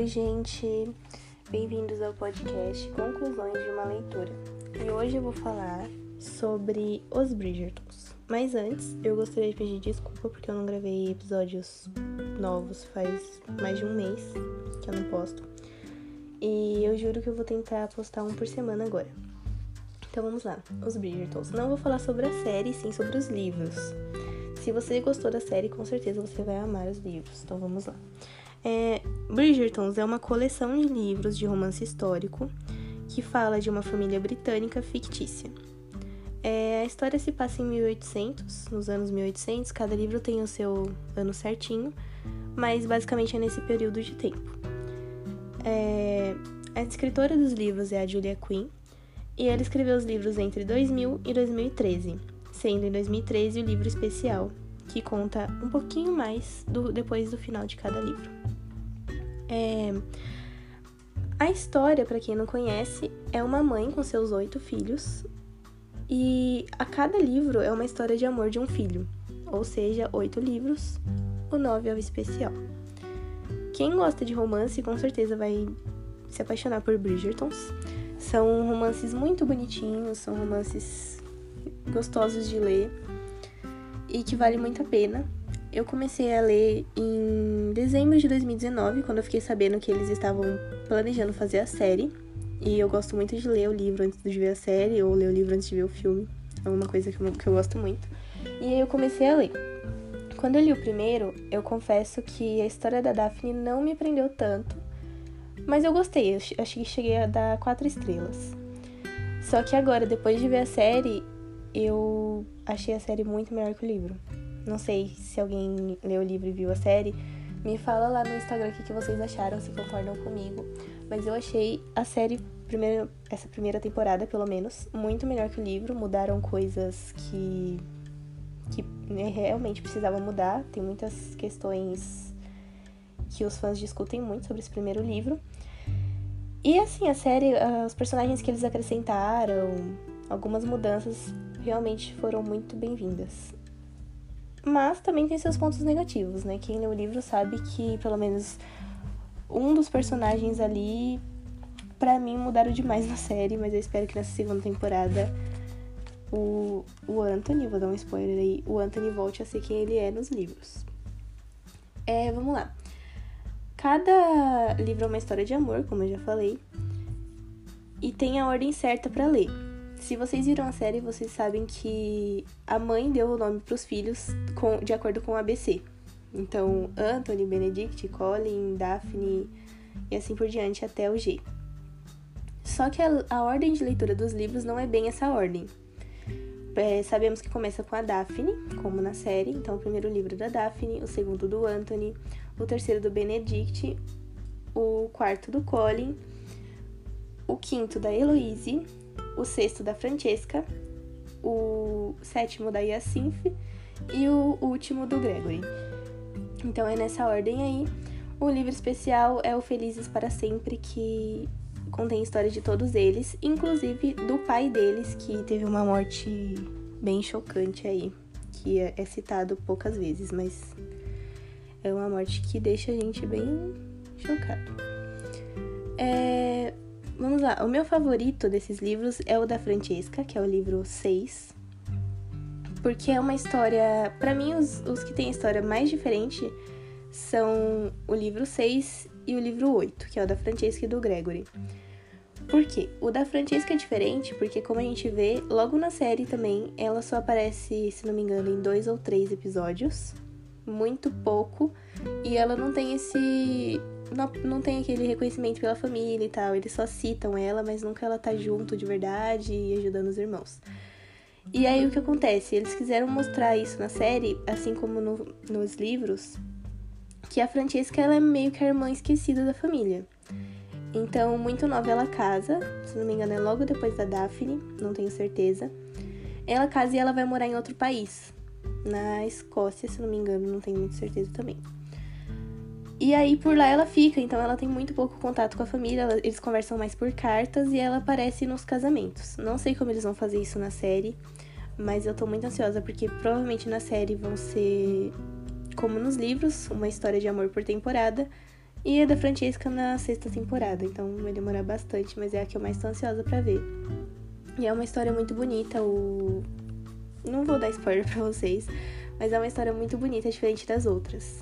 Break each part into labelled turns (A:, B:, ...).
A: Oi, gente! Bem-vindos ao podcast Conclusões de uma Leitura. E hoje eu vou falar sobre Os Bridgertons. Mas antes, eu gostaria de pedir desculpa porque eu não gravei episódios novos faz mais de um mês que eu não posto. E eu juro que eu vou tentar postar um por semana agora. Então vamos lá, Os Bridgertons. Não vou falar sobre a série, sim sobre os livros. Se você gostou da série, com certeza você vai amar os livros. Então vamos lá. Bridgertons é uma coleção de livros de romance histórico que fala de uma família britânica fictícia. A história se passa em 1800, nos anos 1800, cada livro tem o seu ano certinho, mas basicamente é nesse período de tempo. A escritora dos livros é a Julia Quinn, e ela escreveu os livros entre 2000 e 2013, sendo em 2013 o livro especial, que conta um pouquinho mais depois do final de cada livro. A história, para quem não conhece, é uma mãe com seus 8 filhos e a cada livro é uma história de amor de um filho, ou seja, 8 livros, o 9 é o especial. Quem gosta de romance com certeza vai se apaixonar por Bridgertons. São romances muito bonitinhos, são romances gostosos de ler e que vale muito a pena. Eu comecei a ler em dezembro de 2019, quando eu fiquei sabendo que eles estavam planejando fazer a série. E eu gosto muito de ler o livro antes de ver a série, ou ler o livro antes de ver o filme. É uma coisa que eu gosto muito. E aí eu comecei a ler. Quando eu li o primeiro, eu confesso que a história da Daphne não me prendeu tanto. Mas eu gostei, acho que cheguei a dar 4 estrelas. Só que agora, depois de ver a série, eu achei a série muito melhor que o livro. Não sei se alguém leu o livro e viu a série, me fala lá no Instagram o que vocês acharam, se concordam comigo. Mas eu achei a série, essa primeira temporada pelo menos, muito melhor que o livro. Mudaram coisas que realmente precisavam mudar. Tem muitas questões que os fãs discutem muito sobre esse primeiro livro. E assim, a série, os personagens que eles acrescentaram, algumas mudanças realmente foram muito bem-vindas. Mas também tem seus pontos negativos, né? Quem lê o livro sabe que, pelo menos, um dos personagens ali, pra mim, mudaram demais na série. Mas eu espero que nessa segunda temporada o Anthony, vou dar um spoiler aí, o Anthony volte a ser quem ele é nos livros. Vamos lá. Cada livro é uma história de amor, como eu já falei, e tem a ordem certa pra ler. Se vocês viram a série, vocês sabem que a mãe deu o nome pros filhos de acordo com o ABC. Então, Anthony, Benedict, Colin, Daphne e assim por diante até o G. Só que a ordem de leitura dos livros não é bem essa ordem. Sabemos que começa com a Daphne, como na série. Então, o primeiro livro da Daphne, o segundo do Anthony, o terceiro do Benedict, o quarto do Colin, o quinto da Heloise, o sexto da Francesca, o sétimo da Hyacinth e o último do Gregory. Então é nessa ordem aí. O livro especial é o Felizes para Sempre, que contém a história de todos eles, inclusive do pai deles, que teve uma morte bem chocante aí, que é citado poucas vezes, mas é uma morte que deixa a gente bem chocado. Vamos lá, o meu favorito desses livros é o da Francesca, que é o livro 6, porque é uma história, pra mim os que tem a história mais diferente são o livro 6 e o livro 8, que é o da Francesca e do Gregory. Por quê? O da Francesca é diferente porque, como a gente vê, logo na série também, ela só aparece, se não me engano, em 2 ou 3 episódios, muito pouco, e ela não tem não tem aquele reconhecimento pela família e tal, eles só citam ela, mas nunca ela tá junto de verdade e ajudando os irmãos. E aí o que acontece? Eles quiseram mostrar isso na série, assim como nos livros, que a Francesca ela é meio que a irmã esquecida da família. Então, muito nova ela casa, se não me engano é logo depois da Daphne, não tenho certeza. Ela casa e ela vai morar em outro país, na Escócia, se não me engano, não tenho muita certeza também. E aí, por lá ela fica, então ela tem muito pouco contato com a família, eles conversam mais por cartas e ela aparece nos casamentos. Não sei como eles vão fazer isso na série, mas eu tô muito ansiosa porque provavelmente na série vão ser, como nos livros, uma história de amor por temporada E a da Francesca na 6ª temporada, então vai demorar bastante, mas é a que eu mais tô ansiosa pra ver. E é uma história muito bonita, não vou dar spoiler pra vocês, mas é uma história muito bonita, diferente das outras.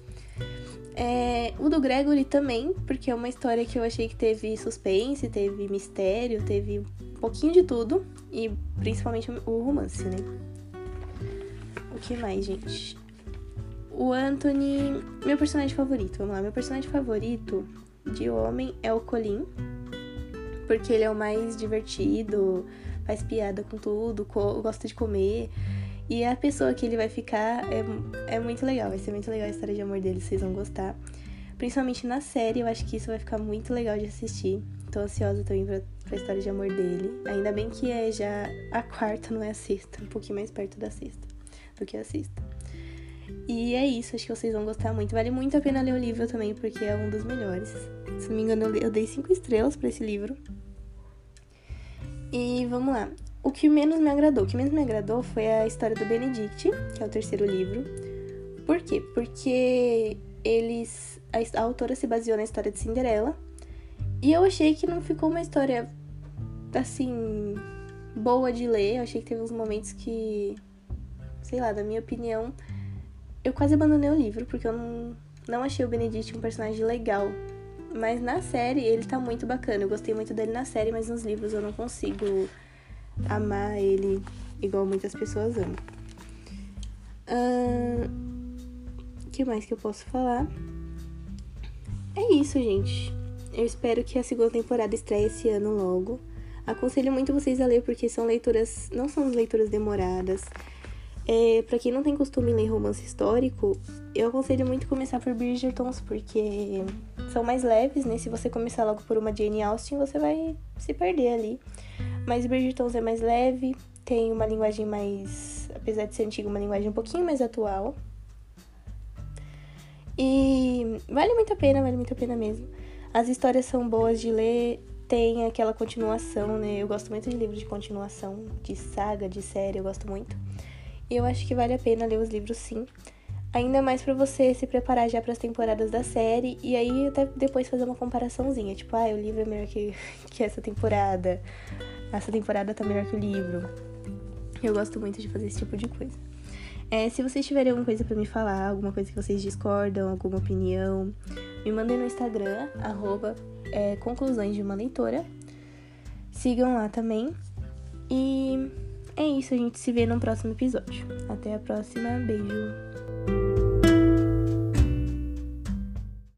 A: O do Gregory também, porque é uma história que eu achei que teve suspense, teve mistério, teve um pouquinho de tudo, e principalmente o romance, né? O que mais, gente? O Anthony, meu personagem favorito, vamos lá. Meu personagem favorito de homem é o Colin, porque ele é o mais divertido, faz piada com tudo, gosta de comer. E a pessoa que ele vai ficar é muito legal, vai ser muito legal a história de amor dele, vocês vão gostar. Principalmente na série, eu acho que isso vai ficar muito legal de assistir. Tô ansiosa também pra história de amor dele. Ainda bem que é já a 4ª, não é a 6ª, um pouquinho mais perto da 6ª do que a 6ª. E é isso, acho que vocês vão gostar muito. Vale muito a pena ler o livro também, porque é um dos melhores. Se não me engano, eu dei 5 estrelas pra esse livro. E vamos lá. O que menos me agradou foi a história do Benedict, que é o 3º livro. Por quê? Porque a autora se baseou na história de Cinderela. E eu achei que não ficou uma história, assim, boa de ler. Eu achei que teve uns momentos que, sei lá, na minha opinião, eu quase abandonei o livro, porque eu não achei o Benedict um personagem legal. Mas na série, ele tá muito bacana. Eu gostei muito dele na série, mas nos livros eu não consigo amar ele igual muitas pessoas amam. O que mais que eu posso falar? É isso, gente. Eu espero que a 2ª temporada estreie esse ano logo. Aconselho muito vocês a ler, porque não são leituras demoradas. Pra quem não tem costume em ler romance histórico, eu aconselho muito começar por Bridgertons, porque são mais leves, né? Se você começar logo por uma Jane Austen, você vai se perder ali. Mas Bridgertons é mais leve, tem uma linguagem mais, apesar de ser antiga, uma linguagem um pouquinho mais atual. E vale muito a pena mesmo. As histórias são boas de ler, tem aquela continuação, né? Eu gosto muito de livros de continuação, de saga, de série, eu gosto muito. E eu acho que vale a pena ler os livros, sim. Ainda mais pra você se preparar já pras temporadas da série. E aí até depois fazer uma comparaçãozinha. Tipo, o livro é melhor que essa temporada. Essa temporada tá melhor que o livro. Eu gosto muito de fazer esse tipo de coisa. Se vocês tiverem alguma coisa pra me falar, alguma coisa que vocês discordam, alguma opinião, me mandem no Instagram, @conclusões de uma leitora. Sigam lá também. E é isso, a gente se vê no próximo episódio. Até a próxima, beijo!